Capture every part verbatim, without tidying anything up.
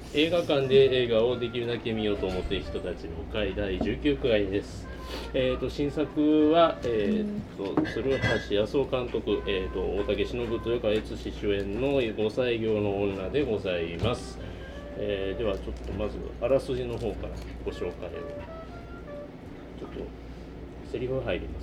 映画館で映画をできるだけ見ようと思っている人たちの会だいじゅうきゅうかいです。えー、と新作は、えー、と鶴橋康夫監督、えー、と大竹しのぶ豊川悦司主演のご歳業の女でございます。えー、ではちょっとまずあらすじの方からご紹介を。ちょっとセリフ入ります。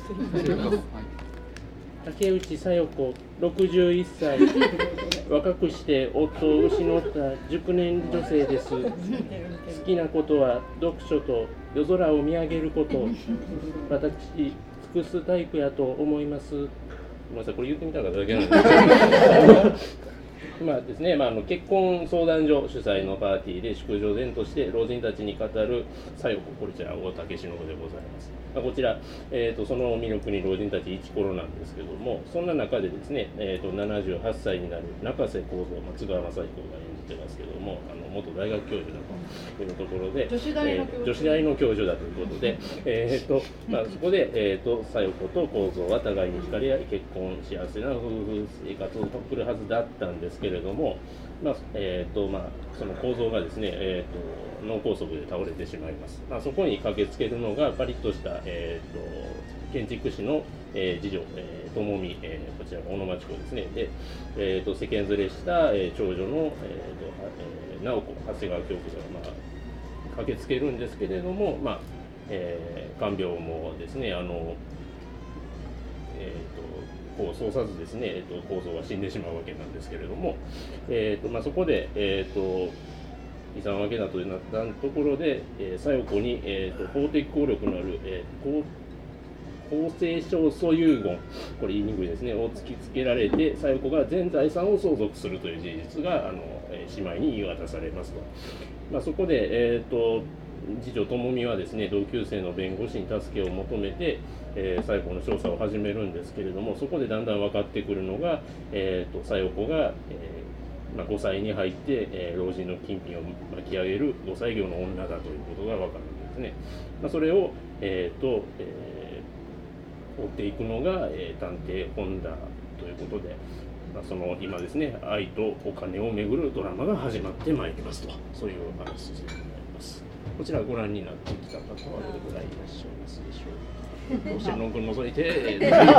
竹内小夜子ろくじゅういっさい、若くして夫を失った熟年女性です。好きなことは読書と夜空を見上げること。私尽くすタイプやと思います。ごめんなさい、これ言ってみたかっただけなんですけどまあですね、まあ、あの結婚相談所主催のパーティーで祝女前として老人たちに語る小夜子、こちら大竹しのぶでございます。まあ、こちら、えーと、その魅力に老人たち一コロなんですけども、そんな中でですね、えーと、ななじゅうはっさいになる中瀬幸三、松川雅彦が演じてますけども、あの元大学教授だというところで、 女子大の教授、 えー、女子大の教授だということで、えーとまあ、そこで、えーと、小夜子と幸三は互いに惹かれ合い結婚、幸せな夫婦生活を送るはずだったんですけれども、まあえーとまあ、その構造がですね、えーと、脳梗塞で倒れてしまいます。まあ、そこに駆けつけるのがパリッとした、えーと、建築士の、えー、次女、えー、智美、えー、こちら小野町子ですね。で、えーと、世間連れした、えー、長女の、えーとえー、直子、長谷川京子が、まあ、駆けつけるんですけれども、まあえー、看病もですね、あのえーとこうそうさずですね、えー、と構造が死んでしまうわけなんですけれども、えーとまあ、そこで、えー、と遺産分けだとなったところで、えー、小夜子に、えー、と法的効力のある、えー、公正証書遺言、これ言いにくいですね、を突きつけられて、小夜子が全財産を相続するという事実があの、えー、姉妹に言い渡されますと。まあ、そこで、えーと次女智美はですね、同級生の弁護士に助けを求めて、えー、小夜子の調査を始めるんですけれども、そこでだんだん分かってくるのが、えー、と小夜子が、えーまあ、ごさいに入って、えー、老人の金品を巻き上げるご歳業の女だということが分かるんですね。まあ、それを、えーとえー、追っていくのが、えー、探偵本田ということで、まあ、その今ですね、愛とお金をめぐるドラマが始まってまいりますと、そういう話でございます。こちらご覧になってきた方はどれくらいいらっしゃいますでしょうか。どうしてのんくん除いて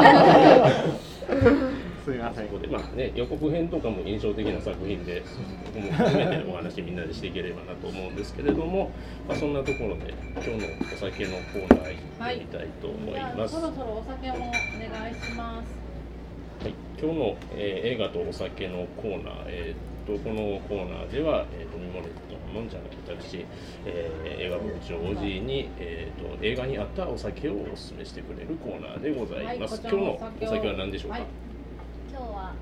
すみません。 ここで、まあね、予告編とかも印象的な作品で、僕も含めてお話みんなでしていければなと思うんですけれども、まあ、そんなところで今日のお酒のコーナー行ってみたいと思います。 はい、そろそろお酒もお願いします。 はい、今日の、えー、映画とお酒のコーナー、えー、とこのコーナーでは、えー、とミモレットの飲んじゃない私、えー、映画部長おじいに、えー、と映画に合ったお酒をお勧めしてくれるコーナーでございます。はい、今日のお酒は何でしょうか。はい、 今日は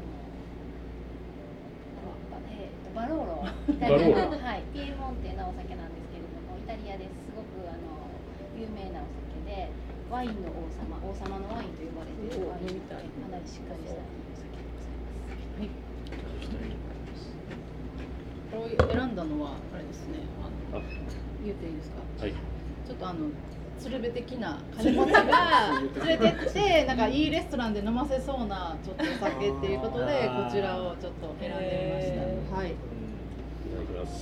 えー、バローロイタリアの、 はい、ピエモンテのお酒なんですけれども、イタリアですごくあの有名なお酒で、ワインの王様、王様のワインと呼ばれているワインで、かなりしっかりしたお酒でございます。はい。 これを選んだのはあれですね。あの言っていいですか。 はい。 ちょっとあの鶴瓶的な金持ちが連れてってなんかいいレストランで飲ませそうなちょっとお酒っていうことでこちらをちょっと選んでみました。はい。いただきます。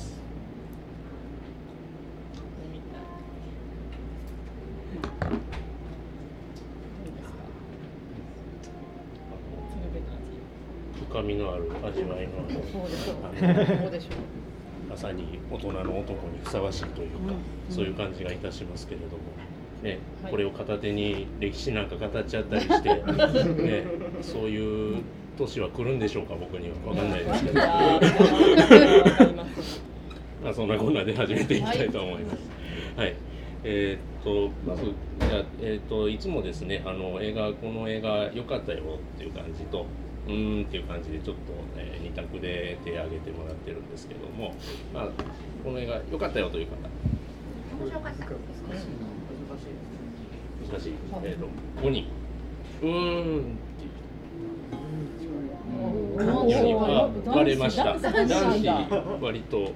深みのある味わいのある、 そうでしょう。そうでしょう。 まさに大人の男にふさわしいというか、うん、そういう感じがいたしますけれども、ね、はい、これを片手に歴史なんか語っちゃったりして、ね、そういう年は来るんでしょうか、僕には分かんないですけどまあそんなこんなで始めていきたいと思います。はい、はい、えー、っとまずじゃあ、えー、っといつもですね、あの映画この映画良かったよっていう感じと、うーんっていう感じでちょっと、えー、に択で手を挙げてもらってるんですけども、まあ、この映画良かったよという方。 面白かった。難しい。 難しい。えー、とごにん。うーんっていう。には割れました。男子割と。女子全員良かった。女子率低い。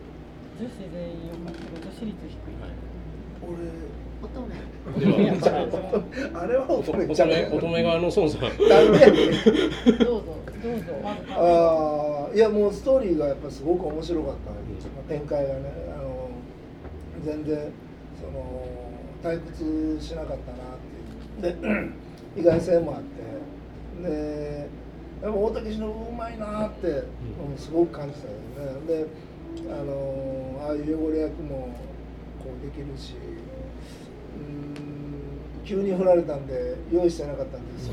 はい、 乙女。 あれは乙女乙女側の孫さん。 どうぞどうぞ。 ああ、いいやもうストーリーがやっぱすごく面白かったんですよ、展開がね、あの全然その退屈しなかったなっていうで意外性もあってでやっぱ大竹しのぶうまいなって、うん、すごく感じたよね。であのああいう汚れ役もこうできるし、うーん急に振られたんで用意してなかったんですよ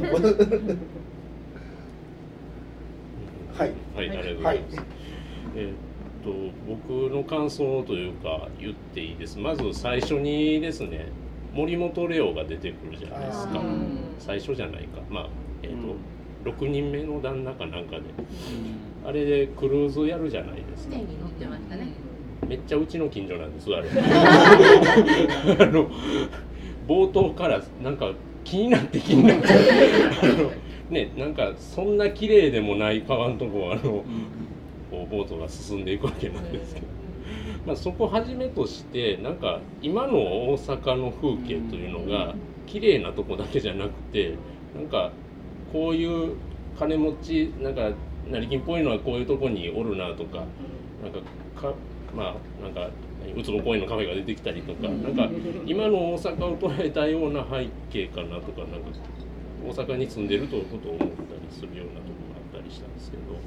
はい、 はい、ありがとうございます。はい、えー、っと僕の感想というか言っていいです。まず最初にですね、森本レオが出てくるじゃないですか。最初じゃないか。まあえー、っと、うん、ろくにんめの旦那かなんかで、うん、あれでクルーズやるじゃないですか。 船に乗ってましたね。 めっちゃうちの近所なんですあれ。あの冒頭からなんか気になって気になってあのね、なんかそんな綺麗でもない川のとこあの、こうボートが進んでいくわけなんですけど、まあそこはじめとしてなんか今の大阪の風景というのが綺麗なとこだけじゃなくて、なんかこういう金持ちなんか成金っぽいのはこういうとこにおるなとか、なんかかまあなんかうつぼ公園のカフェが出てきたりとか、なんか今の大阪を捉えたような背景かなとか、なんか大阪に住んでるということを思ったりするようなところがあったりしたんですけど、うん、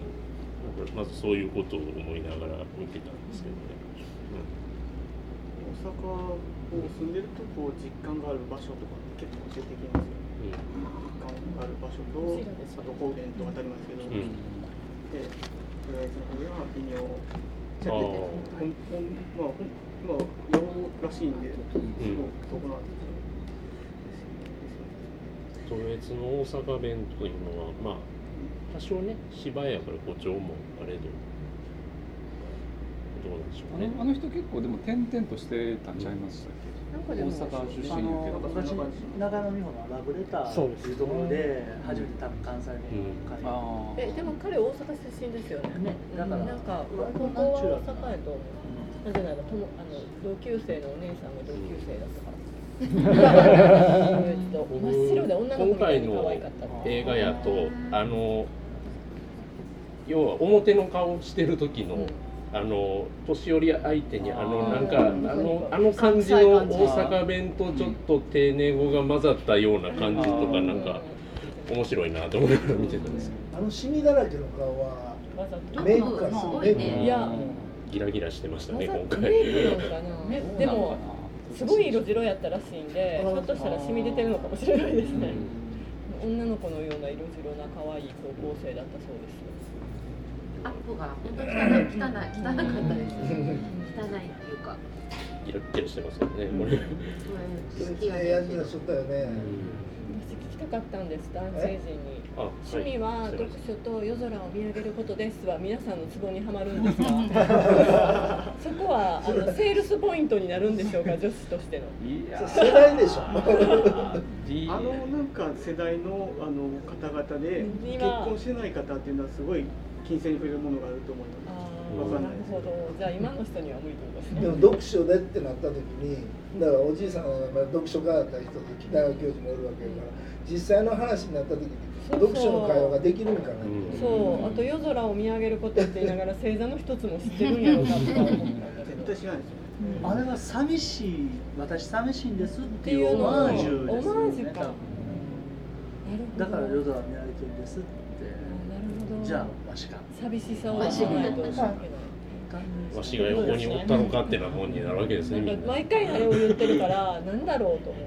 なんかまずそういうことを思いながら見てたんですけどね。 うん、大阪を住んでるとこう実感がある場所とか結構出てきますよね。うん、実感がある場所と、あと公園と当たり前ですけど、うん、で、とりあえずの方では微妙。ちゃってて、ほんほんまあほんまあよらしいんで、すごくそこなんですよ。 統一の大阪弁というのはまあ多少ね芝居やから誇張もあれどどうなんでしょうね。 あの、あの人結構でも転々としてたんちゃいましたっけ？大阪出身やけど、 私長野美穂のラブレターっていうところで初めて多分関西弁を書いて、 うん、えでも彼大阪出身ですよね。ねだからなんかここは大阪やと思う。なぜならともあの同級生のお姉さんが同級生だったから。真っ白で女の子みたいに可愛かった。 今回の映画やとあの要は表の顔してる時の、うんあの年寄り相手にあのなんかあのあの感じの大阪弁とちょっと丁寧語が混ざったような感じとかなんか面白いなと思いながら見てたんですけど、 あのシミだらけの顔はメイクがすごいね。 いやギラギラしてましたね今回。 メイクなんかな。でもすごい色白やったらしいんで、ひょっとしたらシミ出てるのかもしれないですね。女の子のような色白な可愛い高校生だったそうです。 アップが本当に汚い汚い汚かったです。汚いっていうか。 ギラギラしてますよね。これ。 好きなやつがしとったよね。 私聞きたかったんです。男性陣に。趣味は読書と夜空を見上げることですは皆さんのツボにはまるんですか？そこはあのセールスポイントになるんでしょうか、女子としての。 いや世代でしょ。あのなんか世代のあの方々で結婚してない方っていうのはすごい。金銭に触れるものがあると思います。わかんないです。 なるほど。じゃあ今の人には無理ということですね。 でも読書でってなった時に、だからおじいさんは読書家だった人と北川教授もおるわけだから、実際の話になった時に読書の会話ができるんかなって。 そう。あと夜空を見上げることって言いながら星座の一つも知ってるんやろうかとか思ったんだけど。 絶対知らないですよ。 あれは寂しい、私寂しいんですっていうオマージュですよね。オマージュか。だから夜空を見上げてるんですって。じゃあわしか寂しさをわしがないとわしが横におったのかってなもんになるわけですね。 なんか毎回あれを言ってるからなんだろうと思って、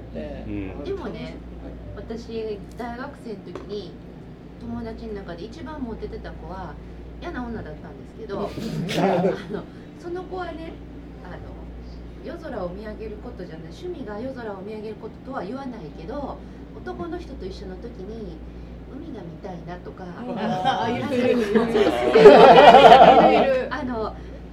うん、でもね私大学生の時に友達の中で一番モテてた子は嫌な女だったんですけどあのその子はねあの夜空を見上げることじゃない趣味が夜空を見上げることとは言わないけど男の人と一緒の時に海が見たいなとか、ああいう人いる。あのな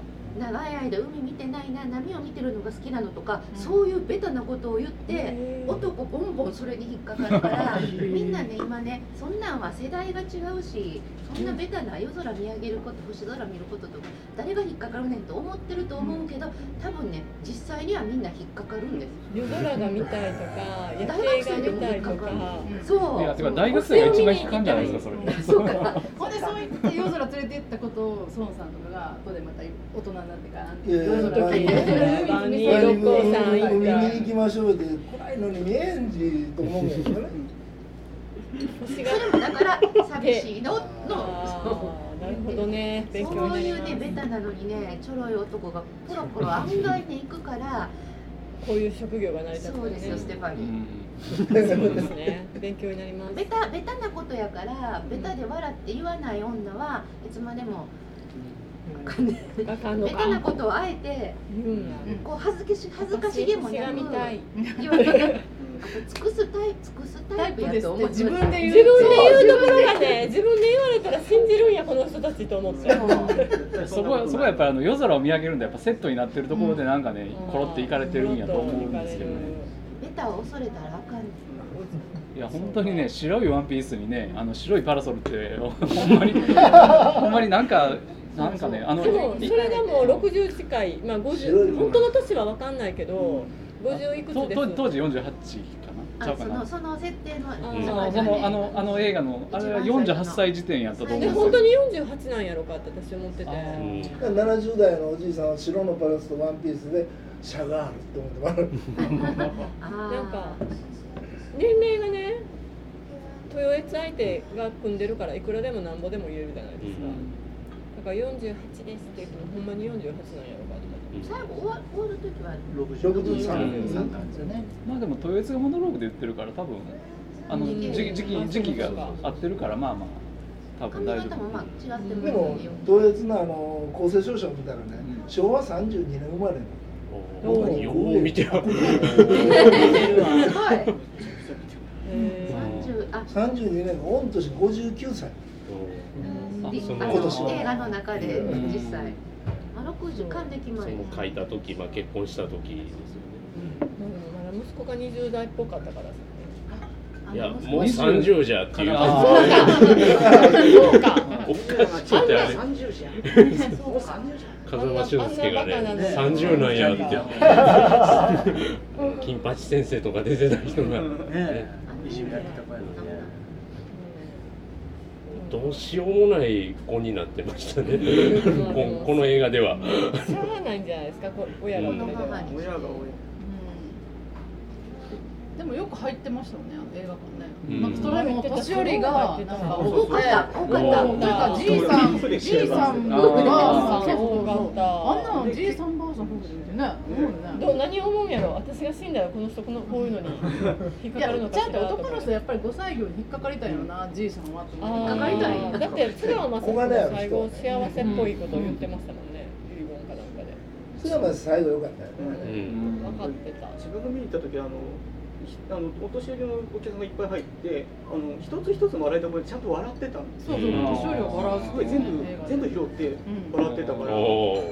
長い間海見てないな、波を見てるのが好きなのとか、うん、そういうベタなことを言って男ボンボンそれに引っかかるからみんなね今ねそんなんは世代が違うし、そんなベタな夜空見上げること星空見ることとか誰が引っかかるねんと思ってると思うけど、多分ね実際にはみんな引っかかるんです。 夜空が見たいとか夜景が見たいとか、 そういやてか大学生が一番引っかかんじゃないですかそれ。 そうか。ほんでそう言って夜空連れて行ったことを孫さんとかが後でまた大人になってから夜空見てバニー六甲山行海ったに行きましょうで暗いのに見えんじと思うんですよね。 星がそれもだから寂しいののなるほどね、勉強になります。 そういうねベタなのにねちょろい男がポロポロ案外ね行くからこういう職業が成り立つ、ね、 そうですよステファニー、 うん、そうですね、勉強になります。 ベタベタなことやからベタで笑って言わない女はいつまでもベタなことをあえてこう恥ずかし恥ずかしげもなく言われ尽くすタイプ尽くすタイプやと思う。 自分で言う自分で言うところがね、自分で言われたら信じるんやこの人たちと思って。 そこはそこはやっぱりあの夜空を見上げるんでやっぱセットになってるところでなんかね、うん、コロっていかれてるんやと思うんですけどね。 ベタを恐れたらあかん。 いや本当にね白いワンピースにねあの白いパラソルってほんまにほんまになんか。なんかね、あのでもそれがもうろくじゅう近い、まあごじゅう本当の年は分かんないけどごじゅういくつです。 当時よんじゅうはちかな。 あ、そのその設定の、 うん、そのそのあのあの映画のあれはよんじゅうはっさい時点やったと思うんですよ。 本当によんじゅうはちなんやろかって私思ってて。 ななじゅう代のおじいさんは白のパラスとワンピースでシャガールって思ってます。 なんか年齢がね、豊悦相手が組んでるからいくらでもなんぼでも言えるじゃないですか。だからよんじゅうはちですって言ってもほんまによんじゅうはちなんやろかとか。 最後終わ終わる時はろくじゅうさんですよね。 まあでも豊悦がモノローグで言ってるから多分あの時期時期時期が合ってるからまあまあ多分大丈夫。 でも豊悦のあの公正証書を見たらね、しょうわさんじゅうにねん生まれの。 よう見てる。 さんじゅうにねん御年ごじゅうきゅうさい。 今年映画の中で実際ろくじゅう還暦前その書いた時、まあ、結婚した時ですよね、 うん、まだ息子がにじゅう代っぽかったからいやもうさんじゅうじゃっていうそうかおかしいってあれさんじゅうじゃ風間俊介がねさんじゅうなんやって金八先生とか出てた人がねいじめられてた子やのねどうしようもない子になってましたねこ, この映画ではしゃあないんじゃないですか親が、うん、親が多い、うん、 でもよく入ってましたよね映画館ね、 うん、 なんかそれも年寄りがなんか多くて多かったじいさんじいさんが多かったあんなのじいさんばあさん夫婦でねどう何を思うんやろ私が死んだらこの人このこういうのに引っかかるのかしらいやちゃんと男の人やっぱりごさい業に引っかかりたいよなじいさんはと引っかかりたいだって津川雅彦が最後幸せっぽいことを言ってましたもんね遺言かなんかで津川雅彦最後良かったよね分かってた自分が見に行った時あのあのお年寄りのお客さんがいっぱい入ってあの一つ一つの笑いところでちゃんと笑ってたんですよ。 そうそう、年寄りは笑うすごい全部全部拾って笑ってたから、うん、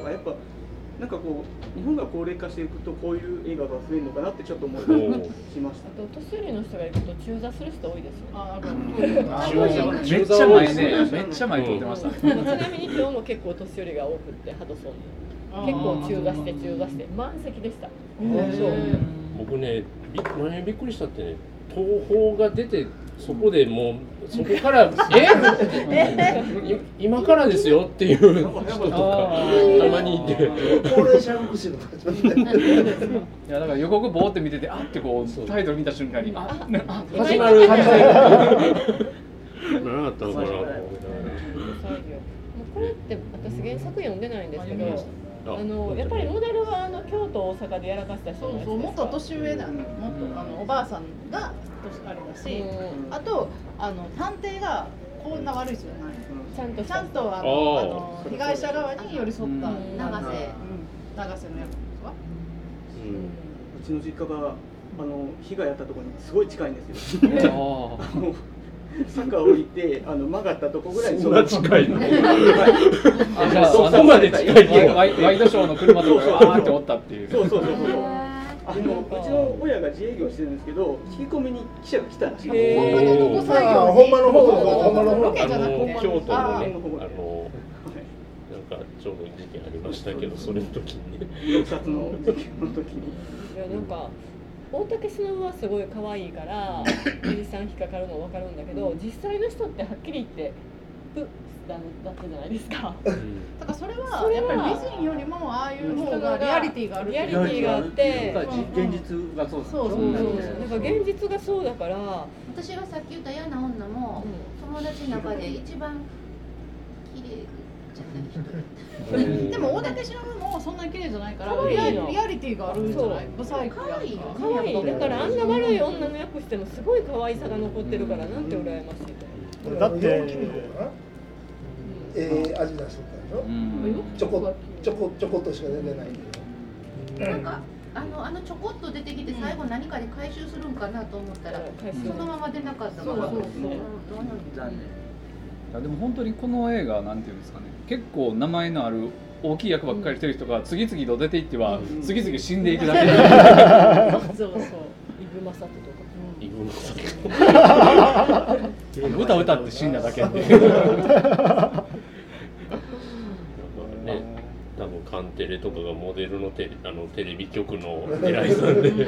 やっぱなんかこう日本が高齢化していくとこういう映画が増えるのかなってちょっと思いしました。 あと年寄りの人がいると中座する人多いですよ。あ、 めっちゃ前ね、めっちゃ前撮ってました。 ちなみに今日も結構年寄りが多くってハドソンに結構中座して中座して満席でした。そう。 僕ね、何びっくりしたってね、東宝が出てそこでもうそこからえ今からですよっていう人とかたまにいて高齢者福祉のいやだから予告ボーって見ててあってこうタイトル見た瞬間にあ始まる始まるなかったのかな。 これって私原作読んでないんですけど。あのやっぱりモデルはあの京都大阪でやらかした人なんですか。 そうそうもっと年上なの。もっとあのおばあさんが年あれだし、あとあの探偵がこんな悪い人じゃない。ちゃんとちゃんとあのあの被害者側に寄り添った長瀬長瀬の役ですか。 うちの実家があの被害あったところにすごい近いんですよ。 坂降りてあの曲がったとこぐらいにそんな近いの。 あ、じゃあそこまで近い。ワイワイドショーの車とかがあーっておったっていう。 そうそうそうそう。あのうちの親が自営業してるんですけど、引き込みに記者が来たらしい。 ほんまのどこ作業に。 ほんまの方ほんまの方ロケじゃなくて京都のね、あのはいなんかちょうど事件ありましたけど、それの時にね。 警察の事件の時に。 いやなんか大竹しのぶはすごい可愛いからおじさん引っかかるの分かるんだけど、実際の人ってはっきり言ってプッだったじゃないですか。 だからそれはやっぱり美人よりもああいう方がリアリティがある。 リアリティがあって、 現実がそうそうそうそう。なんか現実がそうだから。 私がさっき言った嫌な女も、友達の中で一番綺麗じゃない人。 でも大竹しのぶもそんなに綺麗じゃないからリアリアリティがあるんじゃない？ブサイクや。 可愛いよ。 可愛い。だからあんな悪い女の役してもすごい可愛さが残ってるからなんて羨ましいと。 だってええ味出しとったでしょ。ちょこちょこちょこっとしか出てないけど。 なんかあのあのちょこっと出てきて最後何かで回収するんかなと思ったら、そのまま出なかったから。そうそうそう。 残念。 でも本当にこの映画なんていうんですかね、結構名前のある大きい役ばっかりしてる人が次々と出ていっては、うん、次々死んでいくだけで、 そうそう、イブマサトとか、 イブマサト歌歌って死んだだけでね、多分カンテレとかがモデルのテレ、あのテレビ局の偉いさんで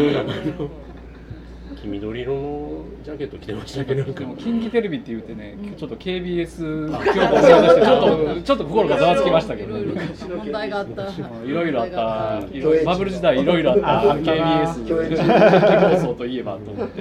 黄緑色のジャケット着てましたけど、なんか近畿テレビって言ってね、ちょっと ケービーエス 京都を思い出してちょっとちょっと心がざわつきましたけど、 問題があった。 いろいろあった。バブル時代いろいろあった。ケービーエス 地域放送といえばと思って。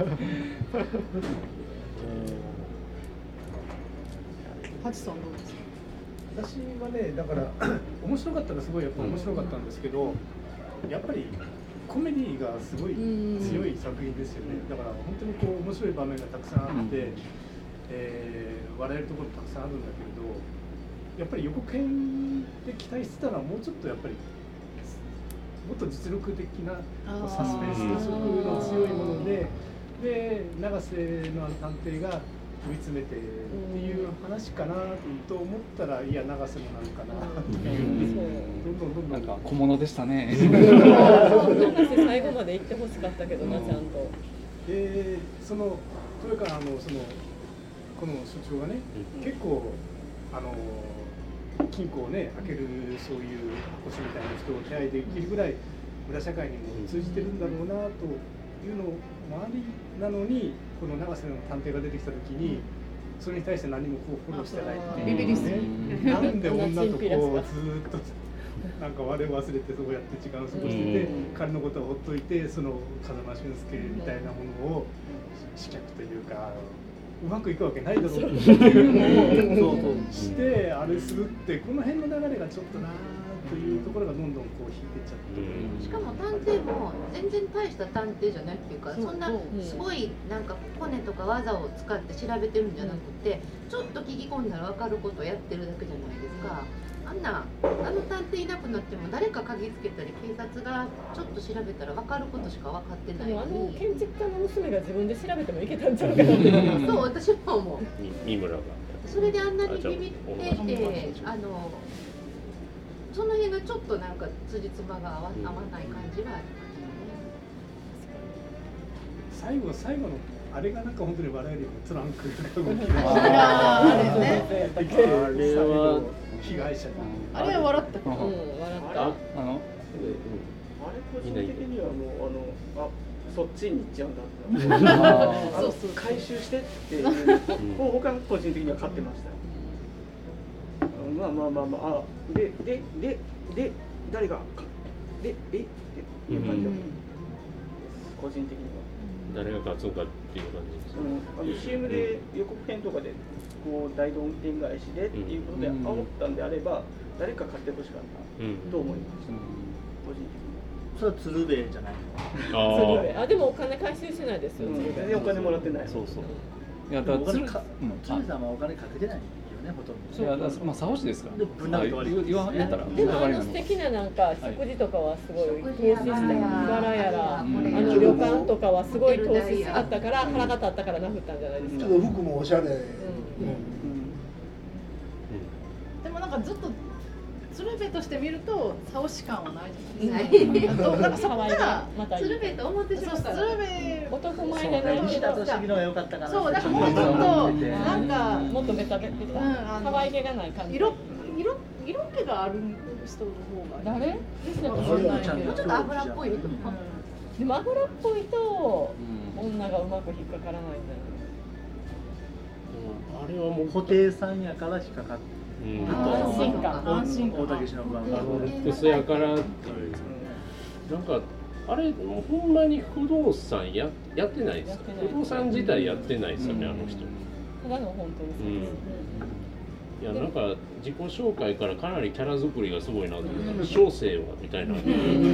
ハチさんどうですか？ 私はね、だから面白かったらすごいやっぱ面白かったんですけど、やっぱりコメディがすごい強い作品ですよね。だから本当にこう面白い場面がたくさんあって、うん、えー、笑えるところたくさんあるんだけれど、やっぱり予告編で期待してたのはもうちょっとやっぱりもっと実力的なサスペンス色の強いもので、で永瀬の探偵が追い詰めてっていう話かなと思ったら、いや永瀬もなのかなっていう、どんどんどんどんなんか小物でしたね。 永瀬最後まで行ってほしかったけどな、ちゃんと。 でそのそれからあのそのこの所長がね、結構あの金庫をね開けるそういう星みたいな人を手配できるぐらい裏社会にも通じてるんだろうなというのを周りなのに、この永瀬の探偵が出てきた時にそれに対して何もこうフォローしてないっていうね。なんで女とこうずっとなんか我を忘れてそうやって時間を過ごしてて、彼のことをほっといて、その風間俊介みたいなものを刺客というかうまくいくわけないだろうっていうのをしてあれするって、この辺の流れがちょっとなというところがどんどんこう引いてっちゃって、 しかも探偵も全然大した探偵じゃないっていうか、そんなすごいなんかコネとか技を使って調べてるんじゃなくて、ちょっと聞き込んだら分かることをやってるだけじゃないですか。あんなあの探偵いなくなっても誰か鍵つけたり警察がちょっと調べたら分かることしか分かってないのに、 あの建築家の娘が自分で調べてもいけたんちゃうかなってそう私も思う。 三村がそれであんなにビビってて、あのその辺がちょっとなんか辻褄が合わない感じはありますね。 最後最後のあれがなんか本当に笑えるよね。トランクが動きああれね。 あれは被害者あれは笑った。 うん笑った。 あのあれ個人的にはもうあのあそっちに行っちゃうんだって。あの回収してっていう方が個人的には勝ってました。まあまあまあまあ、あでででで誰がでえっていう感じだった、個人的には。 誰が勝つのかっていう感じです、 うん、あの シーエム で予告編とかでこう大どんでん返しでっていうことで煽ったんであれば、誰か勝ってほしかったと思います、うん、個人的には。 それは鶴瓶じゃないの？ ああでもお金回収しないですよ、 うん、全然お金もらってない。 そうそう。 いやだから鶴さんはお金かけてないよねほとんど。 いやだまあサホシですから。言わ言ったらでもあの素敵ななんか食事とかはすごい投資してバラやらあの旅館とかはすごい投資あったから腹が立ったからなふったんじゃないですか。 ちょっと服もおしゃれ。 でもなんかずっと鶴瓶として見るとサオシ感はないじゃないですか。なんかそこが鶴瓶と思ってしまうから。 鶴瓶男前でない西田敏行のが良かったかな。 そうだからもうちょっとなんかもっとベタベタ可愛げがない感じ。 色色色気がある人の方が誰？ 西田敏行もうちょっと油っぽい。 でも油っぽいと女がうまく引っかからないんだよね。 あれはもう布袋さんやから引っかかって。 安心感、 安心感。大竹しのぶは。 あのルックスやからっていう。なんかあれほんまに不動産ややってないですか。不動産自体やってないですよね、あの人。 ただの本当にそうです。 いやなんか自己紹介からかなりキャラ作りがすごいなと思った。小生はみたいな。とこ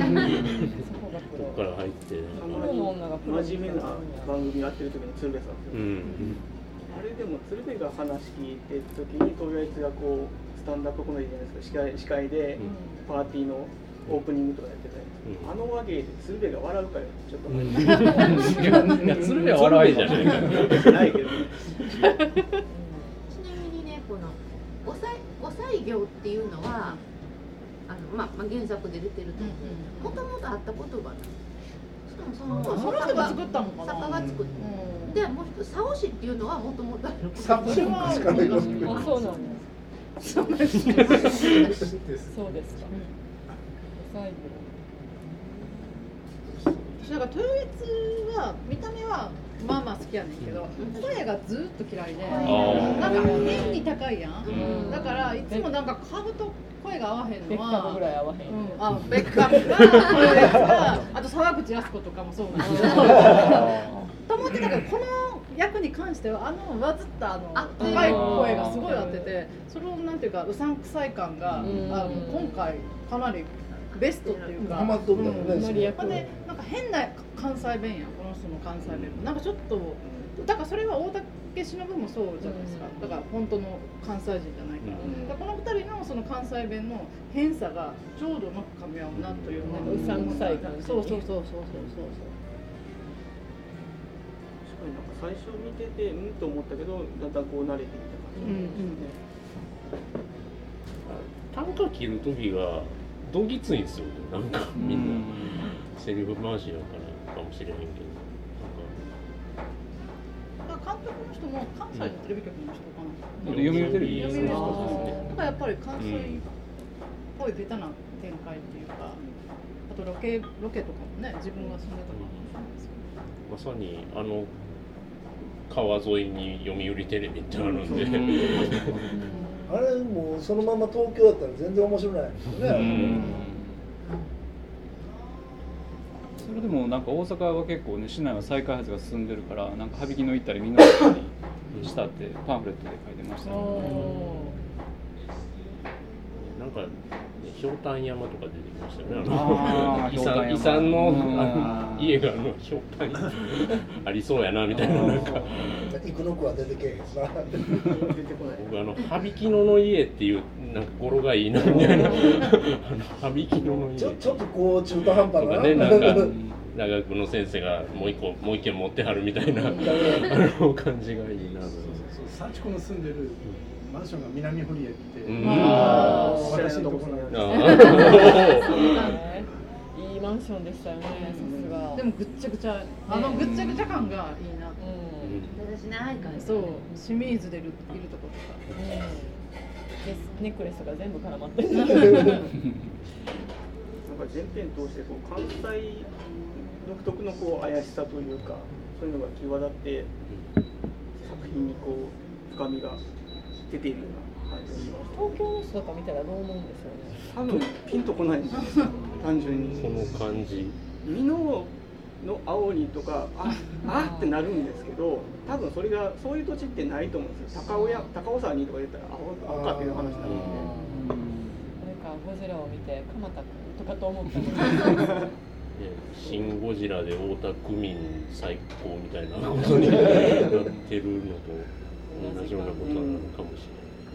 から入って。 真面目な番組やってる時の鶴瓶さん。うん。あれでも鶴瓶が話聞いてる時に東洋一がこうスタンダップコメディじゃないですか、司会司会でパーティーのオープニングとかやってて、うん、あの話芸で鶴瓶が笑うかよちょっと待って。 鶴瓶は笑いじゃないないけど。 ちなみにねこのおさいお裁業っていうのはあのまあ、まあ、原作で出てるともともとあった言葉なんです。 その人が作ったのかな。 作家が作った。でもう一つサオシっていうのはもともとある。 サオシは昔から言われてる。 あ、そうなんです。そうですか。そうですか。最後。 私なんか豊悦は見た目はまあまあ好きやねんけど、声がずっと嫌いで、なんか変に高いやん。だからいつもなんか株と声が合わへんのは。 ベッカムぐらい合わへん。 あ、ベッカムが、あと沢口靖子とかもそうなんですけど。と思ってたけどこの役に関してはあのわずったあの高い声がすごい合ってて、それをなんていうかうさんくさい感があの今回かなりベストっていうか。 ハマっとるんだよね。 でなんか変な関西弁やんこの人の関西弁もなんかちょっとだからそれは大竹しのぶもそうじゃないですか。だから本当の関西人じゃないから。だからこの二人のその関西弁の変さがちょうどうまく噛み合うなというなんかうさんくさい感じ。 そうそうそうそうそうそう。 なんか最初見ててうんと思ったけどだんだんこう慣れてきた感じですね。 短歌切る時がどぎついんですよね。なんかみんなセリフ回しやからかもしれへんけど。 監督の人も関西のテレビ局の人かな。 読売テレビ読売の人ですね。だからやっぱり関西っぽいベタな展開っていうか、あとロケロケとかもね自分が住んでたかもしれないですけど。 まさにあの川沿いに読売テレビってあるんで、 あれもうそのまま東京だったら全然面白ないですよね。 それでもなんか大阪は結構ね市内は再開発が進んでるからなんか羽曳野行ったりみんな行ったりしたってパンフレットで書いてましたね。 なんかひょうたん山とか出てきましたよね。あの遺産遺産の家があのひょうたんありそうやなみたいななんか。 生野区は出てけへんさ。 僕あの羽曳野の家っていうなんか語呂がいいなみたいな。あの羽曳野の家。 ちょちょっとこう中途半端な。 ねなんか大学の先生がもう一個もう一軒持ってはるみたいなあの感じがいいな。 そうそうそう。幸子の住んでるマンションが南堀江って。 ああ、 私のところなんです。いいマンションでしたよね。さすが。 でもぐっちゃぐちゃあのぐっちゃぐちゃ感がいいな。 私ないから。 そう清水でいるいるところとか。 ネックレスが全部絡まってる。 なんか全編通してこう関西独特のこう怪しさというかそういうのが際立って作品にこう深みが出ているような感じがします。 東京の人とか見たらどう思うんですよね。 多分ピンとこないんですよ。単純に。 この感じ。 美濃の青にとかああってなるんですけど、多分それがそういう土地ってないと思うんですよ。高尾や高尾山にとか言ったら青かっていう話になるんで。 誰かゴジラを見て鎌田君とかと思ったんですシン・ゴジラで太田区民最高みたいなことになってるのと同じようなことなのかもし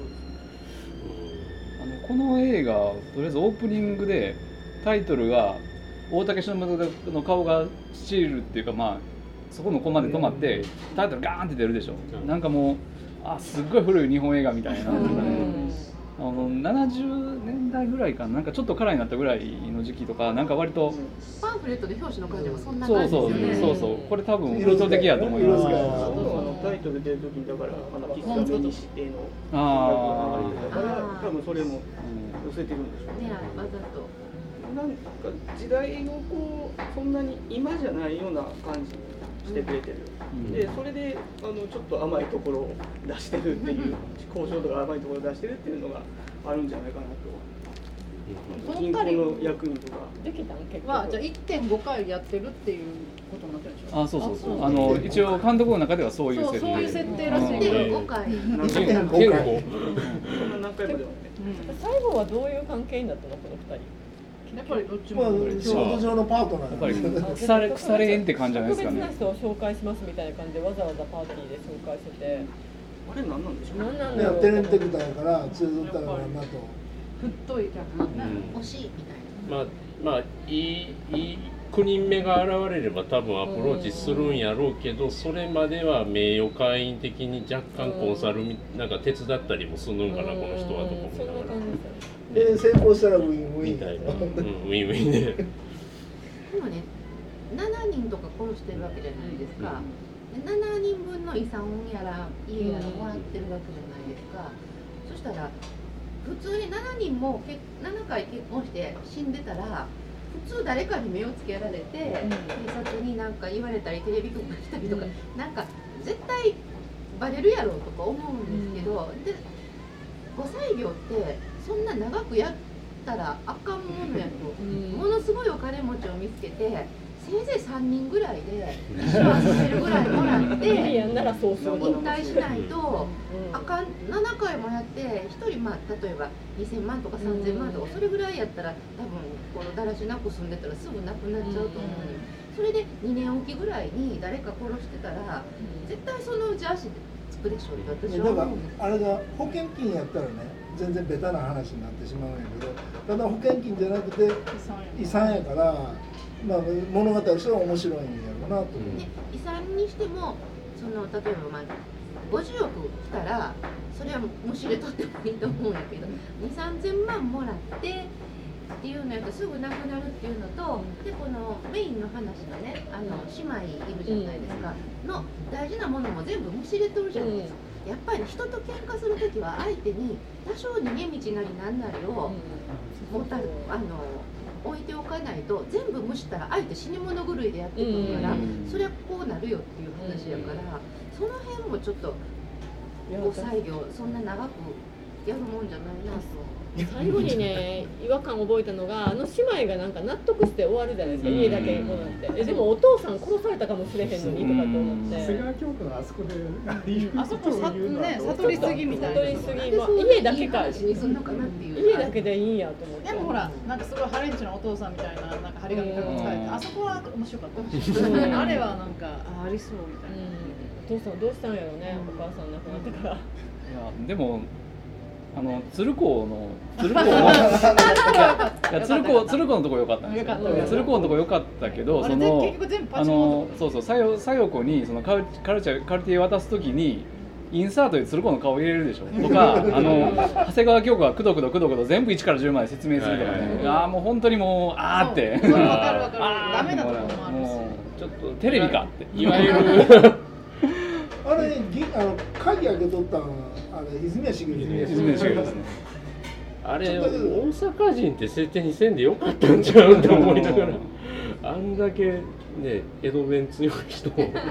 れない。うん、あのこの映画とりあえずオープニングでタイトルが大竹しのぶの顔がスチールっていうか、まあそこのコマで止まってタイトルガーンって出るでしょ。なんかもうあすっごい古い日本映画みたいな。あのななじゅうねんだいぐらいかな、なんかちょっとカラーになったぐらいの時期とか、なんか割とパンフレットで表紙の感じもそんな感じですよね。 そうそうそうそう、これ多分風土的やと思います。 タイトル出るときにだからあの喫茶店にしてのああ、だから多分それも寄せてるんでしょうね。 わざと。 なんか時代をこうそんなに今じゃないような感じしてくれてる。うん、でそれであのちょっと甘いところを出してるっていう交渉とか甘いところを出してるっていうのがあるんじゃないかなと。銀行の役員とかできたん結構はじゃあ いってんご 回やってるっていうことになってるでしょ。 あ、そうそうそう。あの一応監督の中ではそういう設定。 そういう設定らしい。いってんご 回。いってんご回。そんな何回もではね。 最後はどういう関係になったのこのふたり。 やっぱりどっちも仕事上のパートナーやっぱり腐れ腐れ縁って感じじゃないですかね。 特別な人を紹介しますみたいな感じでわざわざパーティーで紹介してて、 あれ何なんでしょう。 何なんだろう。 テレンテクターから通ずったらなんだと太い客ね、 惜しいみたいな。まあまあいいいいきゅうにんめが現れれば多分アプローチするんやろうけど、それまでは名誉会員的に若干コンサルなんか手伝ったりもするんかな、この人はとか思いながら。 で成功したらウィンウィンみたいな、うん、ウィンウィンで。でもね、ななにんとか殺してるわけじゃないですか。うん、でななにんぶんの遺産やら家やらもらってるわけじゃないですか。うん、そしたら普通にななにんもななかい結婚して死んでたら。普通誰かに目をつけられて、警察に何か言われたりテレビ局が来たりとか、うん、なんか絶対バレるやろうとか思うんですけど、うん、でご妻業ってそんな長くやったらあかんものやと、うん、ものすごいお金持ちを見つけてせいぜいさんにんぐらいで一生遊べるぐらいもらって引退しないとあかん。ななかいもやってひとり、まあ、例えばにせんまんとかさんぜんまんとかそれぐらいやったら多分このだらしなく住んでたらすぐなくなっちゃうと思うのよ。それでにねんおきぐらいに誰か殺してたら絶対そのうち足でつくでしょって私は思うんです。 だからあれが保険金やったらね全然ベタな話になってしまうんやけど、ただ保険金じゃなくて遺産やから、まあ、物語としては面白いんやろうなと思う。 ね、遺産にしてもその例えば、まあ、ごじゅうおく来たらそれはむしれとってもいいと思うんやけどにせんさんぜんまんもらってっていうのやとすぐなくなるっていうのと、でこのメインの話のねあの姉妹いるじゃないですか、の大事なものも全部むしれとるじゃないですか。やっぱり人と喧嘩するときは相手に多少逃げ道なりなんなりを持たあの置いておかないと、全部無視したら相手死に物狂いでやってくるから、そりゃこうなるよっていう話やから、その辺もちょっとご妻業そんな長くやるもんじゃないなと。 最後にね違和感を覚えたのが、あの姉妹がなんか納得して終わるじゃないですか、家だけもらってえでもお父さん殺されたかもしれへんのにとかと思って、 瀬川京都のあそこであそこさね悟りすぎみたいな、 悟りすぎ、まあ、家だけかにすんのかなっていう、 家だけでいいんやと思って。 でもほらなんかすごいハレンチのお父さんみたいななんか張り紙が使えて、あそこは面白かったあれはなんか あ, ありそうみたいな、 うん、お父さんどうしたんやろうね、お母さん亡くなってから。いやでもあの鶴光の鶴光のいや鶴光鶴光のとこ良かったんですよ。鶴光のとこ良かったけど、そのあのそうそうさよさよ子にそのカルカルチャーカルティ渡すときにインサートで鶴光の顔入れるでしょとか、あの長谷川京子がくどくどくどくど全部いちからじゅうまで説明するとかね、ああもう本当にもうあーって分かる分かるダメなところもあるし、 ちょっとテレビかっていわゆるあれあの鍵開けとったのあれ泉谷しげる泉谷しげるですね。 あれ大阪人って設定にせんでよかったんちゃうって思いながらあんだけね江戸弁強い人もなんか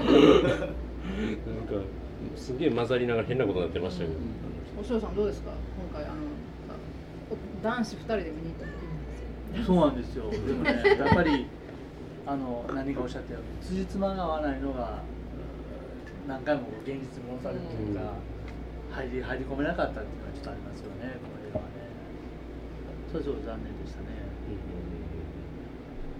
すげえ混ざりながら変なことになってましたけど。 おしょうさんどうですか今回あの男子ふたりで見に行ったっていうんですよ。 そうなんですよ。でもねやっぱりあの何がおっしゃったように辻褄が合わないのが何回も現実に戻されるというか、うん、入り入り込めなかったっていうのはちょっとありますよね、この映画はね。それちょっと残念でしたね。 だ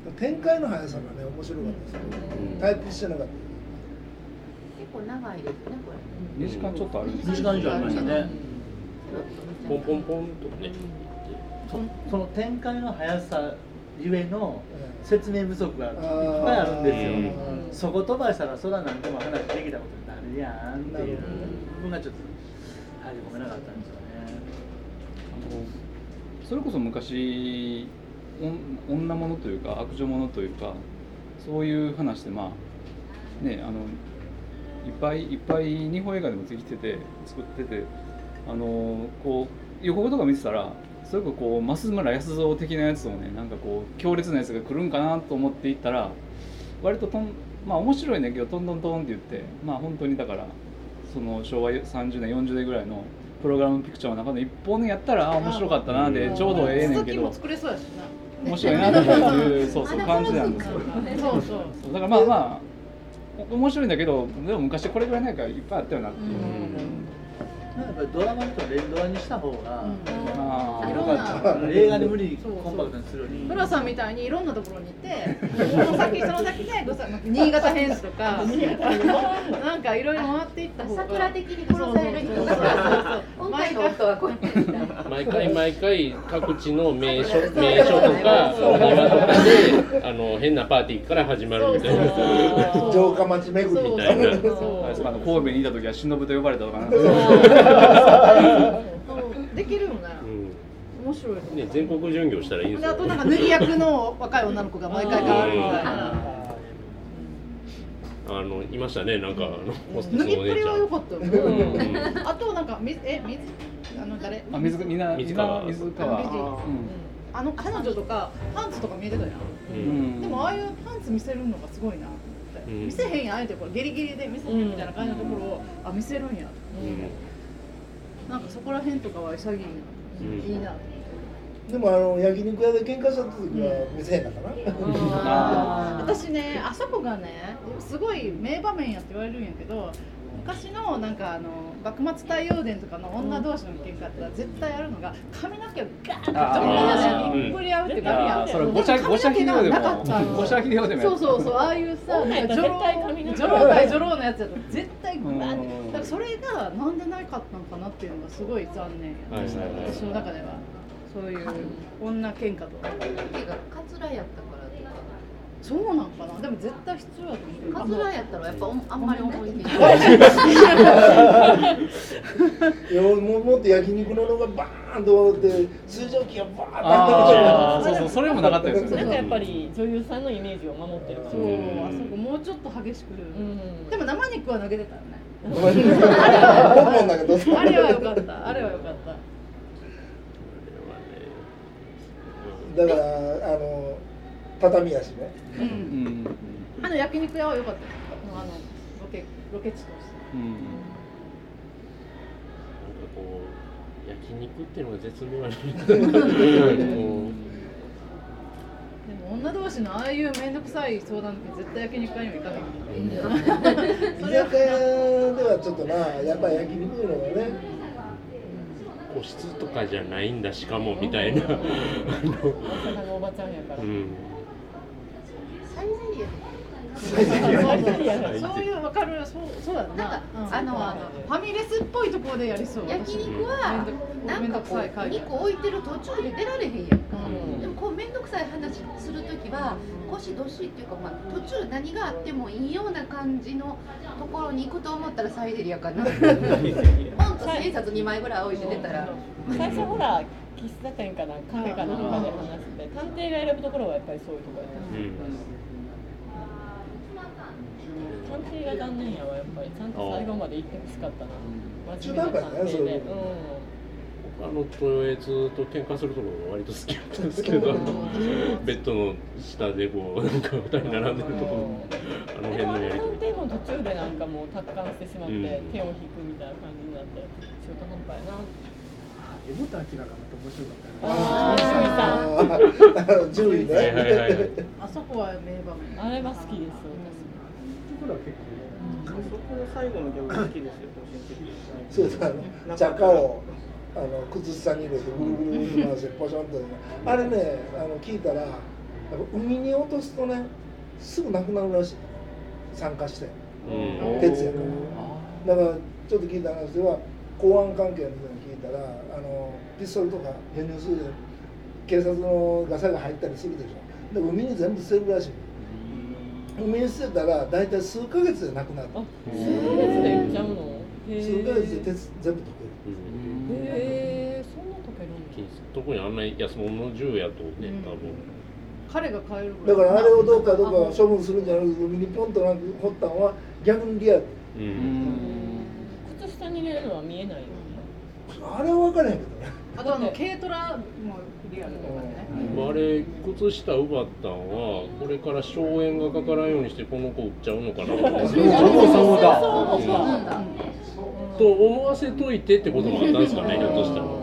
展開の速さがね面白かったですね。退屈してなかった。 結構長いですねこれ。 にじかんちょっとある。 にじかん以上ありましたね。 ポンポンポンとね。 そ, その展開の速さゆえの説明不足がいっぱいあるんですよ。そこ飛ばしたらそらなんでも話できたことになるやんっていう部分がちょっと入り込めなかったんですよね。 あのそれこそ昔女物というか悪女物というかそういう話でまあねあのいっぱいいっぱい日本映画でもできてて作っててあのこう予告とか見てたらすごくこう増村康造的なやつをねなんかこう強烈なやつが来るんかなと思っていったら割ととんまあ面白いねんけどトントントンって言ってまあ本当にだからその昭和さんじゅうねんよんじゅうねんぐらいのプログラムピクチャーの中の一本やったらあ面白かったなでちょうどええねんけど面白いなっていうそうそう感じなんですよ。そうそうだからまあまあ面白いんだけどでも昔これぐらいなんかいっぱいあったよなっていう。 やっぱりドラマと連ドラにした方が、うん、 ああよかった。映画で無理にコンパクトにするように。 ブラさんみたいにいろんなところに行って、その先その先で新潟編とかなんかいろいろ回っていった方が。 桜的に殺される人が。今回の夫はこう。 毎回毎回各地の名所名所とか庭とかであの変なパーティーから始まるみたいな。 城下町巡りみたいな。 神戸にいた時は忍と呼ばれたとかな。 できるよね。面白いね。全国巡業したらいいですよ。 あとなんか塗り役の若い女の子が毎回変わるみたいな。 あのいましたねなんかあのホステスのお姉ちゃん。塗りっぷりは良かったよ。あとなんか水え水あの誰？ あ水みな水川水川。 あの彼女とかパンツとか見えてたやん。でもああいうパンツ見せるのがすごいな。見せへんやんあえてこれギリギリで見せへんみたいな感じのところをあ見せるんや。なんかそこら辺とかは潔いな、いいな。 でもあの焼肉屋で喧嘩した時は見せへんだかな。私ねあそこがねすごい名場面やって言われるんやけど昔のなんかあの幕末太陽伝とかの女同士の喧嘩だったら絶対あるのが髪の毛をガーッと上下に引っ張り合うってなるやん。 それ五社五社秀夫でも五社秀夫でもそうそうそうああいうさなんか女郎女郎対女郎のやつだと絶対グワーってだからそれがなんでないかったのかなっていうのがすごい残念やった私の中ではそういう女喧嘩とか。 髪がカツラやったから。 そうなんかな。でも絶対必要だと思う。 カツラやったらやっぱあんまり思い出ない。 いやもうもっと焼肉ののがバーンとって水蒸気がバーンとあそうそうそれもなかったですよね。 なんかやっぱり女優さんのイメージを守ってる。 そうあそこもうちょっと激しく。でも生肉は投げてたよね。あれは良かった。あれは良かった。 だからあの畳やしね。 うん。あの焼肉屋は良かった。あのロケロケ地として。うん。なんかこう焼肉っていうのが絶妙な。でも女同士のああいう面倒くさい相談って絶対焼肉屋にも行かない。 居酒屋ではちょっとなやっぱり焼肉のがね。 個室とかじゃないんだしかもみたいな。大阪のおばちゃんやから。 サイゼリア。 そういうわかるそうそうだな。 あのファミレスっぽいところでやりそう。 焼肉はなんかこう肉置いてる途中で出られへんやんか。でもこう面倒くさい話するときは腰どしっていうかまあ途中何があってもいいような感じのところに行くと思ったらサイゼリアかな。ポンと千円札にまいぐらい置いて出たら。 最初ほら喫茶店かなカフェかなんかで話して探偵が選ぶところはやっぱりそういうところやった。探偵が残念やわやっぱりちゃんと最後まで行ってほしかったな。真面目な探偵で。 あの豊悦と喧嘩するところが割と好きだったんですけど、ベッドの下でこうなんかふたり並んでるところ、あの辺のやり取り。 探偵も途中でなんかもう達観してしまって手を引くみたいな感じになって中途半端やな。 江本明かなと面白かったね。 ああ、獣医ね。はいはいはい。 あそこは名場面。 あれは好きです。 ところは結構ね。 そこの最後のギャグ好きですよ。 そうですね。茶化をあの靴下に入れてぐるぐるぐる回してポションと。あれね、あの聞いたら海に落とすとねすぐなくなるらしい、酸化して、 うん、 鉄やからだからちょっと聞いた話では公安関係の人に聞いたらあのピストルとか輸入するで警察のガサが入ったりするでしょ。で海に全部捨てるらしい。海に捨てたら大体数ヶ月でなくなる。 あ、数ヶ月でいっちゃうの？ 数ヶ月で鉄全部溶ける。へえ、そんな溶けるんだ。 特にあんな安物の銃やとね、多分。 彼が買えるだからあれをどうかどうか処分するんじゃなくて海にポンとなんか掘ったのは逆にリアル。 うん。靴下に入れるのは見えないよね。 あれは分からへんけどね。 あとあの軽トラもリアルとかね。 あれ靴下奪ったんはこれから硝煙がかからんようにしてこの子売っちゃうのかな。そうそうだ。そうなんだ。 と思わせといてってこともあったんですかね、ひょっとしたら。あの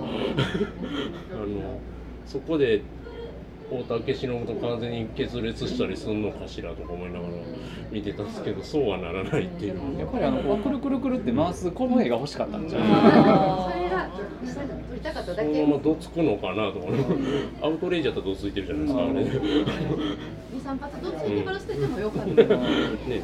そこで大竹しのぶと完全に決裂したりするのかしらとか思いながら見てたんですけど、そうはならないっていうのはやっぱりあのくるくるくるって回すこの絵が欲しかったんじゃないそれが撮りたかっただけ。 そのままどつくのかなとかアウトレイジやったらどついてるじゃないですか、あれにさん発どついてから捨ててもよかったね。 ね、あれをね、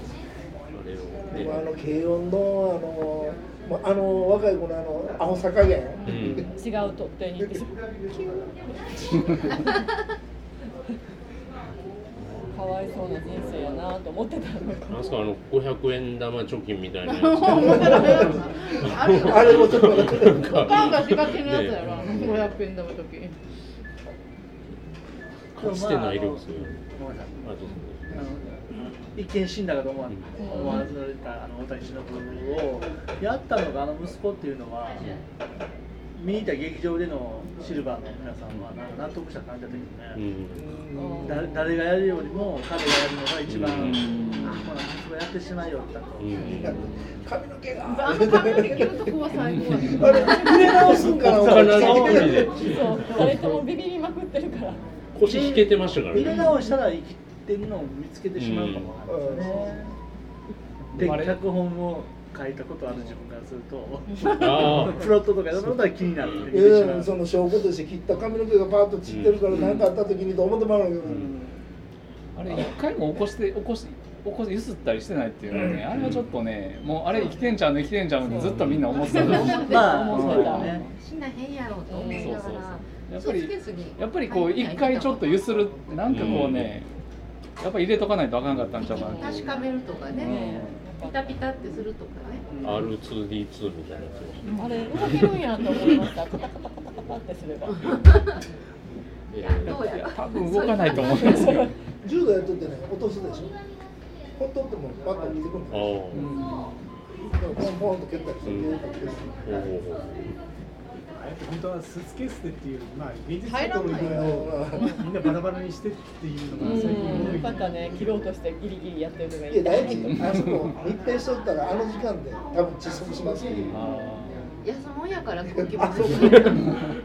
あの軽音のあのあの若い子のあの青さ加減、 うん、違う取っ手にかわいそうな人生やなと思ってたの。 なんすかあのごひゃくえん玉貯金みたいなやつ。 あれあれもちょっとなんか。 おかんが仕掛けのやつやろ、あのごひゃくえん玉貯金。 かつてない量ですよ。 一見死んだかと思わずたあの大谷忍をやったのがあの息子っていうのは見に行った劇場でのシルバーの皆さんは納得した感じだったけどね、うん、だ誰がやるよりも彼がやるのが一番、うん、あほら息子やってしまいよったと、うん、 髪の毛があの髪の毛切るとこは最高あれ入れ直すんかなそう誰ともビビりまくってるから腰引けてましたからね。 入れ直したら生きてるのを見つけてしまうかもわからないですね、うん、で脚本を書いたことある自分からするとプロットとかいろんなことが気になって見てしまう。 その証拠として切った髪の毛がパーッと散ってるから何かあった時にと思ってもらうけど、うん、 あれ一回も起こして起こし起こしゆすったりしてないっていうのはね、あれはちょっとねもうあれ生きてんちゃうの生きてんちゃうのってずっとみんな思ってたの。 まあ思ってたね。死なへんやろうと思いながら。 やっぱりやっぱりこう一回ちょっとゆするなんかこうね、やっぱり入れとかないとあかんかったんちゃうかな。 確かめるとかね、ピタピタってするとかね。 アールツーディーツー みたいなやつ。 あれ動けるんやと思いました。カタカタカタカタってすれば。 いやどうや多分動かないと思いますよ。 柔道やっとってね落とすでしょ。ほっとってもパッと出てくるんだよ。ポンポンと蹴ったりする。 本当はスーツケースでっていう、まあ現実のところをみんなバラバラにしてっていうのが最近多い。 よかったね、切ろうとしてギリギリやってるのがいい。 いや大事。あそこ密閉しとったらあの時間で多分窒息しますけど。 安物やから空気もそう。 髪の毛はめぐるし。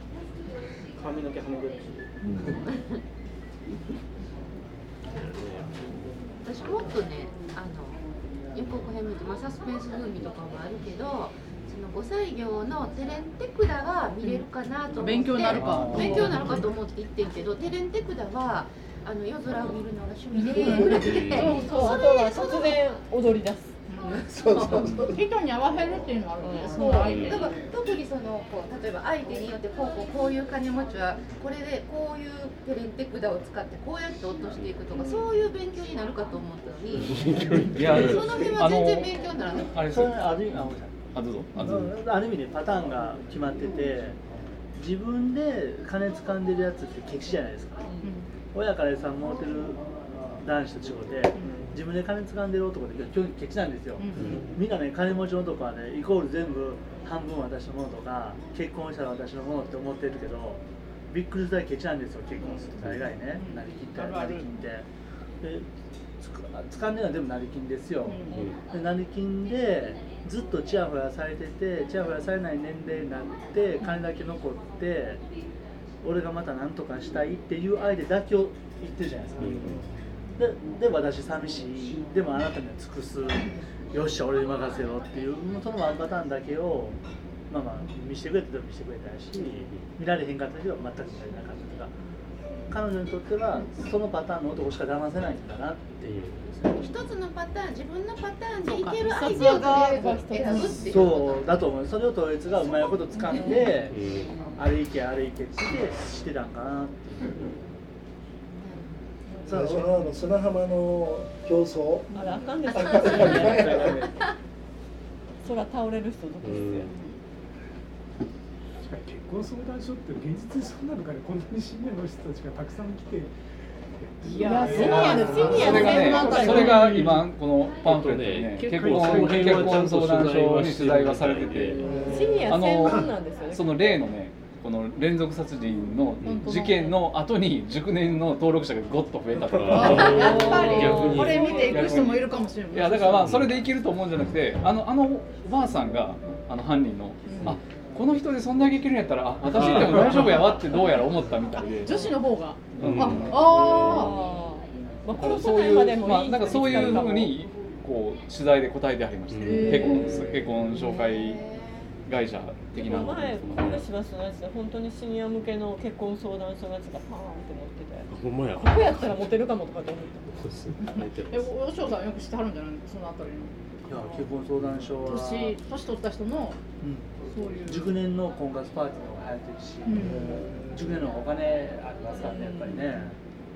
私もっとね、あの予告編見て、まあサスペンス風味とかもあるけど。ご歳業のテレンテクダは見れるかなと思って、 勉強になるか勉強になるかと思って行ってんけど、テレンテクダはあの夜空を見るのが趣味でそうそう、あとは突然踊り出す。 そうそうそう。 人に合わせるっていうのがあるね。 そう。だから特にそのこう例えば相手によってこうこうこういう金持ちはこれでこういうテレンテクダを使ってこうやって落としていくとかそういう勉強になるかと思ったのに、いやその辺は全然勉強にならない。 あれそれあるああどうぞあどうぞある意味でパターンが決まってて自分で金掴んでるやつってケチじゃないですか、うん、親からさんもらってる男子と違って、うん、自分で金掴んでる男って基本ケチなんですよ、うん、みんなね金持ちの男はねイコール全部半分私のものとか結婚したら私のものって思ってるけどびっくりするぐらいケチなんですよ結婚すると大概ね、うん、成り切って成り金ってで掴んでるのは全部成金ですよ、うん、で成金でずっとチヤホヤされててチヤホヤされない年齢になって金だけ残って俺がまた何とかしたいっていう相手だけを言ってるじゃないですか、うん、で, で私寂しいでもあなたには尽くすよっしゃ俺に任せろっていうそのワンパターンだけをまあまあ見せてくれたら見せてくれたし見られへんかったけど全く見られなかったとか彼女にとってはそのパターンの男しか騙せないんだなっていう。 一つのパターン、自分のパターンでいける相手を選ぶっていう。 そうだと思う。それを統一がうまいこと掴んで、あれいけあれいけってしてたんかなっていう。 最初のあの砂浜の競争。 あれあかんですよ。空倒れる人とかですよ。 結婚相談所って現実にそうなのかね、こんなにシニアの人たちがたくさん来て。 いや、シニアのシニアのね、それが今このパンフレットにね、結婚結婚相談所に取材がされてて、 シニア専門なんですよね。 その例のね、この連続殺人の事件の後に熟年の登録者がごっと増えたとか。 やっぱりこれ見ていく人もいるかもしれない。 いやだからまあそれでいけると思うんじゃなくて、あのあのおばあさんがあの犯人の、あこの人でそんだけいけるんやったら、あ私でも大丈夫やわってどうやら思ったみたいで。 女子の方が。 うん、 ああ。 まあ、このそういうまあなんかそういうふうにこう取材で答えてはりました。結婚結婚紹介会社的な。 前私はそのやつで本当にシニア向けの結婚相談所のやつがパーンって持ってて。 ほんまや。 ここやったらモテるかもとかと思った。 え、おしょうさんよく知ってはるんじゃないのそのあたりの。 いや結婚相談所は年年取った人の、 うん、 そういう熟年の婚活パーティーの方が流行ってるし、うん、熟年のお金ありますからねやっぱりね。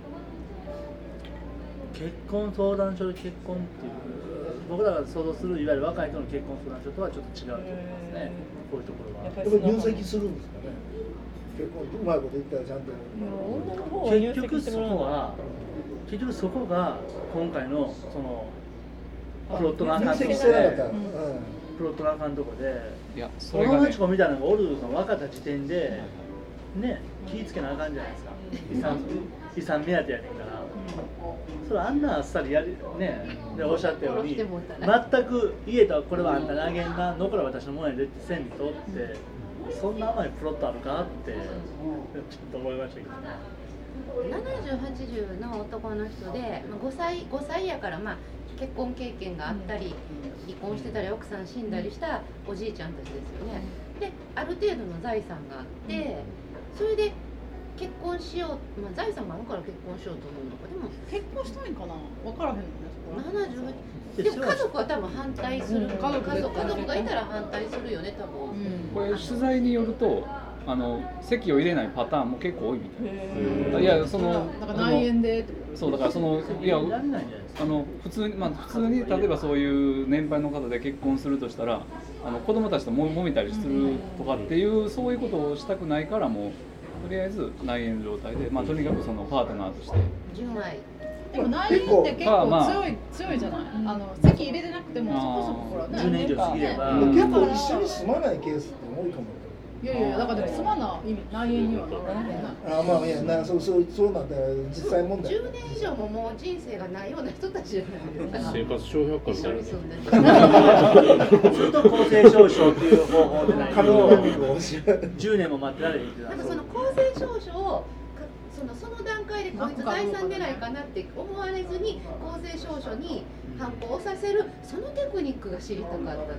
結婚相談所で結婚っていう僕らが想像するいわゆる若い人の結婚相談所とはちょっと違うと思いますね。こういうところは。 やっぱり入籍するんですかね。結婚うまいこと言ったらちゃんと。 結局そこは結局そこが今回のそのプロットのあかんとこで、プロットのあかんとこで、子供たちみたいなのがおるの分かった時点でね気ぃつけなあかんじゃないですか。遺産遺産目当てやねんから。それあんなあっさりやりねでおっしゃったように全く家とこれはあんたのあげんな残るは私のものやでってせんとってそんな甘いプロットあるかってちょっと思いましたけどね。 ななじゅうはちじゅうの男の人でごさいごさいやからまあ結婚経験があったり離婚してたり奥さん死んだりしたおじいちゃんたちですよね。である程度の財産があってそれで結婚しよう、まあ、財産があるから結婚しようと思うのかでも結婚したいんかな分からへんのねそこななじゅうはちでも家族は多分反対する、うん、家族家族家族がいたら反対するよね多分、うん、 これ取材によるとあの籍を入れないパターンも結構多いみたい。いやそのなんか内縁でそうだからそのいやあの普通にまあ普通に例えばそういう年配の方で結婚するとしたらあの子供たちとも揉めたりするとかっていうそういうことをしたくないからもうとりあえず内縁状態でまあとにかくそのパートナーとして。 純愛でも内縁って結構強い強いじゃない。あの籍入れてなくてもそこそこほらね。 じゅうねん以上過ぎれば。 結構一緒に住まないケースって多いかも。 いやいやだからでも住まない意味内縁にはならないな。 あまあいやなそうそうそうなんだよ実際問題。 じゅうねん以上ももう人生がないような人たちじゃないですか。 生活小百科みたいな。 ずっと公正証書っていう方法でないとじゅうねんも待ってられへんってなんかその公正証書をそのその段階でこいつ財産狙いかなって思われずに公正証書にハンコをさせるそのテクニックが知りたか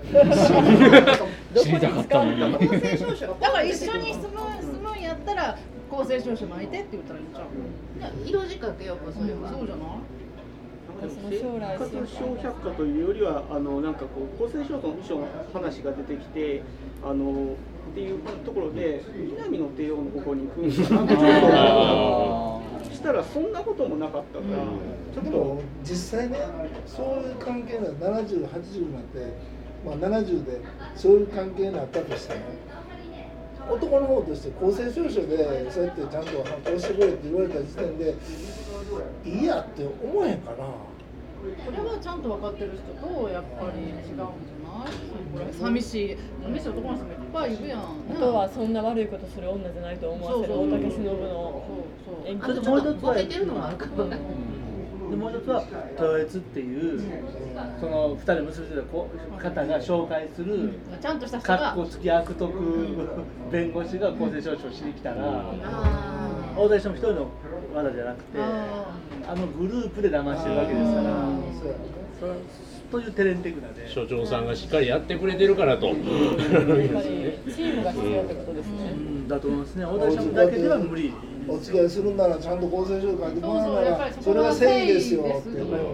った知りたかったのに公正証書だから一緒に住む住むんやったら公正証書巻いてって言ったらいいんちゃう。 色仕掛けよくそれは、 そうじゃない。 生活小百科というよりはあのなんかこう公正証書の書の話が出てきてあのっていうところで南の帝王の方向に行くんかなってちょっとしたらそんなこともなかったから、 うん、でも実際ねそういう関係がななじゅう、はちじゅうになって、まあ、ななじゅうでそういう関係になったとしてね男の方として公正証書でそうやってちゃんと反抗してくれって言われた時点でいいやって思えへんかな。 これはちゃんと分かってる人とやっぱり違うんじゃない。寂しい寂しい男の人もいっぱいいるやん。 あとはそんな悪いことする女じゃないと思わせる大竹しのぶの演技。あともう一つはボケてるのもあるかも。 でもう一つは統一っていうそのふたり結びついた方が紹介するちゃんとした人がかっこつき悪徳弁護士が公正証書をしに来たら大竹氏も一人の技じゃなくてあのグループで騙してるわけですからそういうテレンテクナで所長さんがしっかりやってくれてるからと、やっぱりチームが必要ってことですね。 だと思いますね。私だけでは無理。 お付き合いするならちゃんと構成書書いてもらうならそれが誠意ですよって。 そこに言われるとね、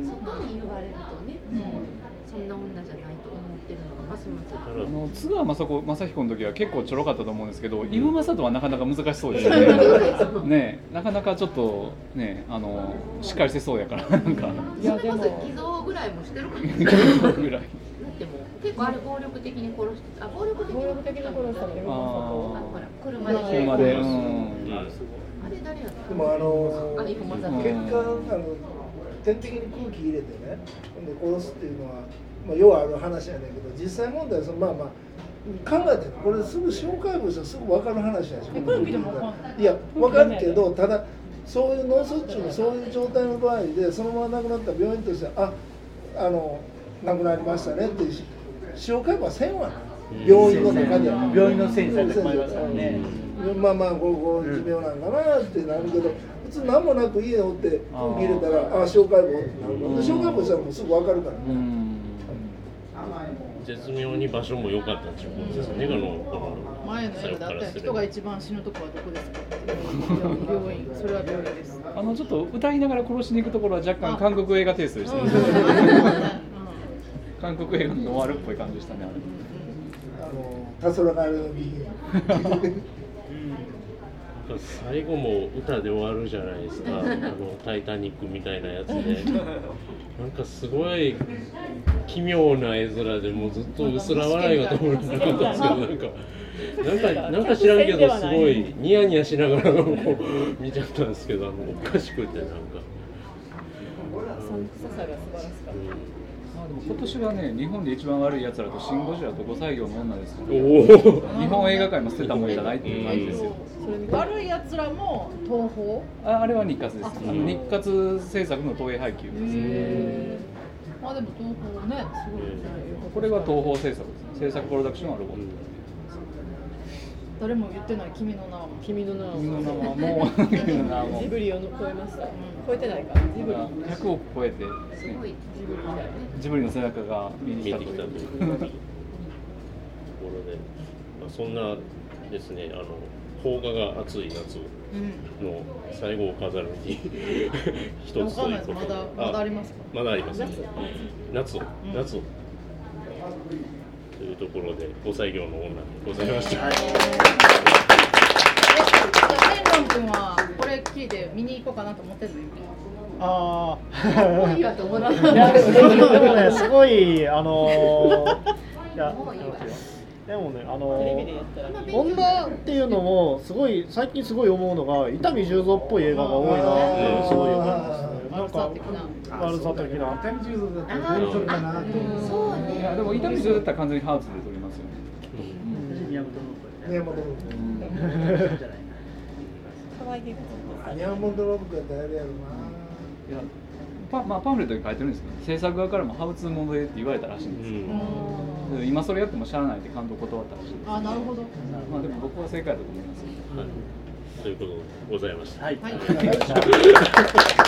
そんな女じゃないと思ってるのがますます。 あの津川雅子雅彦の時は結構ちょろかったと思うんですけど、イブマサトはなかなか難しそうですよね。ね、なかなかちょっとね、あのしっかりしてそうやからなんか。 いやでも偽造ぐらいもしてるかもしれない。 偽造ぐらい。 でも結構あれ暴力的に殺して、あ暴力的に殺したのイブマサト。あほら車で車で。うん。 あれ誰やった？ でもあのあイブマサト。 結果あの点滴に空気入れてね、で殺すっていうのは。まあ、ようある話やねんけど、実際問題はそのまあまあ考えてこれすぐ司法解剖したらすぐ分かる話やし、いや分かるけど、ただそういう脳卒中のそういう状態の場合でそのまま亡くなった病院としてはああの亡くなりましたねって司法解剖はせんわな、病院の中では病院のせいにされてもらいますからね。 まあまあこうこう持病なんかなってなるけど、普通何もなく家を追って空気入れたらあ司法解剖ってなるから、司法解剖したらもうすぐ分かるからね。 絶妙に場所も良かったっていうことですね。この前の映画であった人が一番死ぬとこはどこですかって病院、それは病院です。 あのちょっと歌いながら殺しに行くところは若干韓国映画テイストでしたね。韓国映画のノワールっぽい感じでしたね。 あの黄昏があるに最後も歌で終わるじゃないですか。あのタイタニックみたいなやつで、なんかすごい奇妙な絵面でもうずっと薄ら笑いが止まらなかったんですけど、なんかなんかなんか知らんけどすごいニヤニヤしながらこう見ちゃったんですけど、あのおかしくてなんか。 ささが素晴らしかった。 今年はね、日本で一番悪いやつらとシン・ゴジラとごさい業の女ですから、日本映画界も捨てたもんじゃないっていう感じですよ。 悪いやつらも東宝？ あ、あれは日活です。あの日活制作の東映配給です。 まあでも東宝ね、すごいですね。 これは東宝制作です。制作プロダクションはロボット。 誰も言ってない君の名は君の名は君の名はもう君の名はもうジブリを超えました。超えてないか。ジブリひゃくおく超えてですね。ジブリの背中が見えてきたというところで、 まあ、そんなですね、あの邦画が暑い夏の最後を飾るに一つということで、 まだまだありますか？ まだありますね。夏を夏を。というところでごさい業の女でございました。 天龍君はこれ聞いて見に行こうかなと思ってるの？ ああ。いいやと思って。 いやでもね、すごいあのー、いやでもね、あのー、女っていうのもすごい最近すごい思うのが伊丹十三っぽい映画が多いなってすごい思いますね。なんか悪さ的な。 伊丹十三だったら撮るかなと。 そうね。 いやでも伊丹十三だったら完全にハウスで撮りますよね。 宮本信子。 宮本信子。 可愛げが。 宮本信子やったらやるやろな。 いやパまあ、パンフレットに書いてるんですけど、制作側からもハウツーモデルって言われたらしいんですよ、うん、今それやってもしゃあないって監督断ったらしいんです。 あ、なるほど。 まあでも僕は正解だと思います、 はい、ということでございました。 はい。